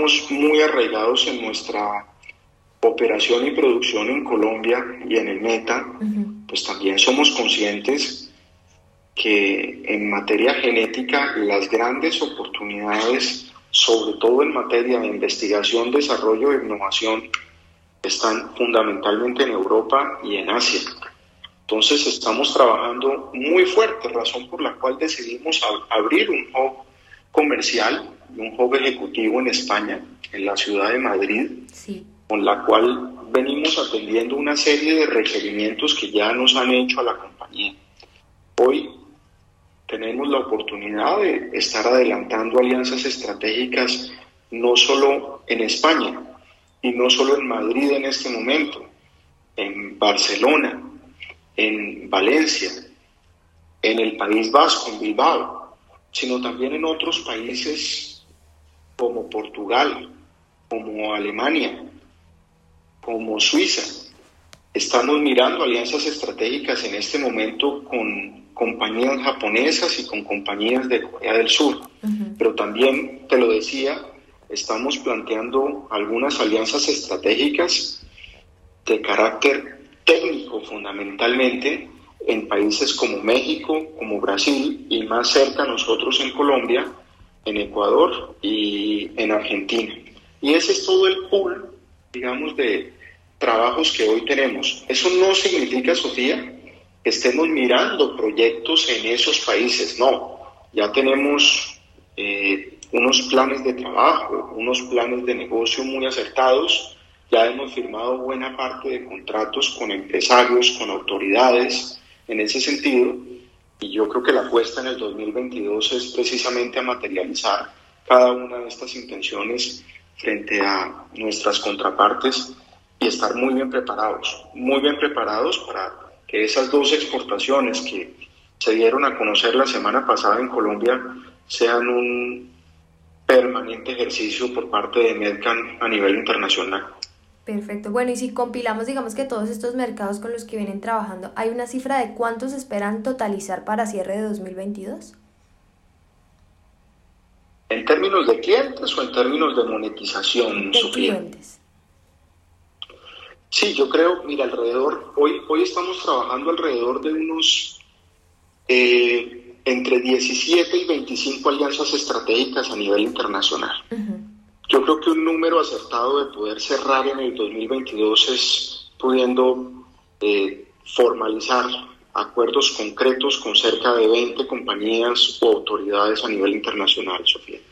estamos muy arraigados en nuestra operación y producción en Colombia y en el Meta, pues también somos conscientes que en materia genética las grandes oportunidades, sobre todo en materia de investigación, desarrollo e innovación, están fundamentalmente en Europa y en Asia. Entonces estamos trabajando muy fuerte, razón por la cual decidimos abrir un hub comercial y un hub ejecutivo en España, en la ciudad de Madrid, Sí. con la cual venimos atendiendo una serie de requerimientos que ya nos han hecho a la compañía. Hoy tenemos la oportunidad de estar adelantando alianzas estratégicas no solo en España y no solo en Madrid en este momento, en Barcelona, en Valencia, en el País Vasco, en Bilbao, sino también en otros países como Portugal, como Alemania, como Suiza. Estamos mirando alianzas estratégicas en este momento con compañías japonesas y con compañías de Corea del Sur. Pero también, te lo decía, estamos planteando algunas alianzas estratégicas de carácter técnico fundamentalmente en países como México, como Brasil y más cerca a nosotros en Colombia, en Ecuador y en Argentina. Y ese es todo el pool, digamos, de trabajos que hoy tenemos. Eso no significa, Sofía, que estemos mirando proyectos en esos países, no. Ya tenemos unos planes de trabajo, unos planes de negocio muy acertados. Ya hemos firmado buena parte de contratos con empresarios, con autoridades en ese sentido, y yo creo que la apuesta en el 2022 es precisamente a materializar cada una de estas intenciones frente a nuestras contrapartes y estar muy bien preparados para que esas dos exportaciones que se dieron a conocer la semana pasada en Colombia sean un permanente ejercicio por parte de Medcan a nivel internacional. Perfecto. Bueno, y si compilamos, digamos que todos estos mercados con los que vienen trabajando, ¿hay una cifra de cuántos esperan totalizar para cierre de 2022? ¿En términos de clientes o en términos de monetización, De Sofía? clientes. Sí, yo creo, mira, hoy estamos trabajando alrededor de unos entre 17 y 25 alianzas estratégicas a nivel internacional. Yo creo que un número acertado de poder cerrar en el 2022 es pudiendo formalizar acuerdos concretos con cerca de 20 compañías o autoridades a nivel internacional, Sofía.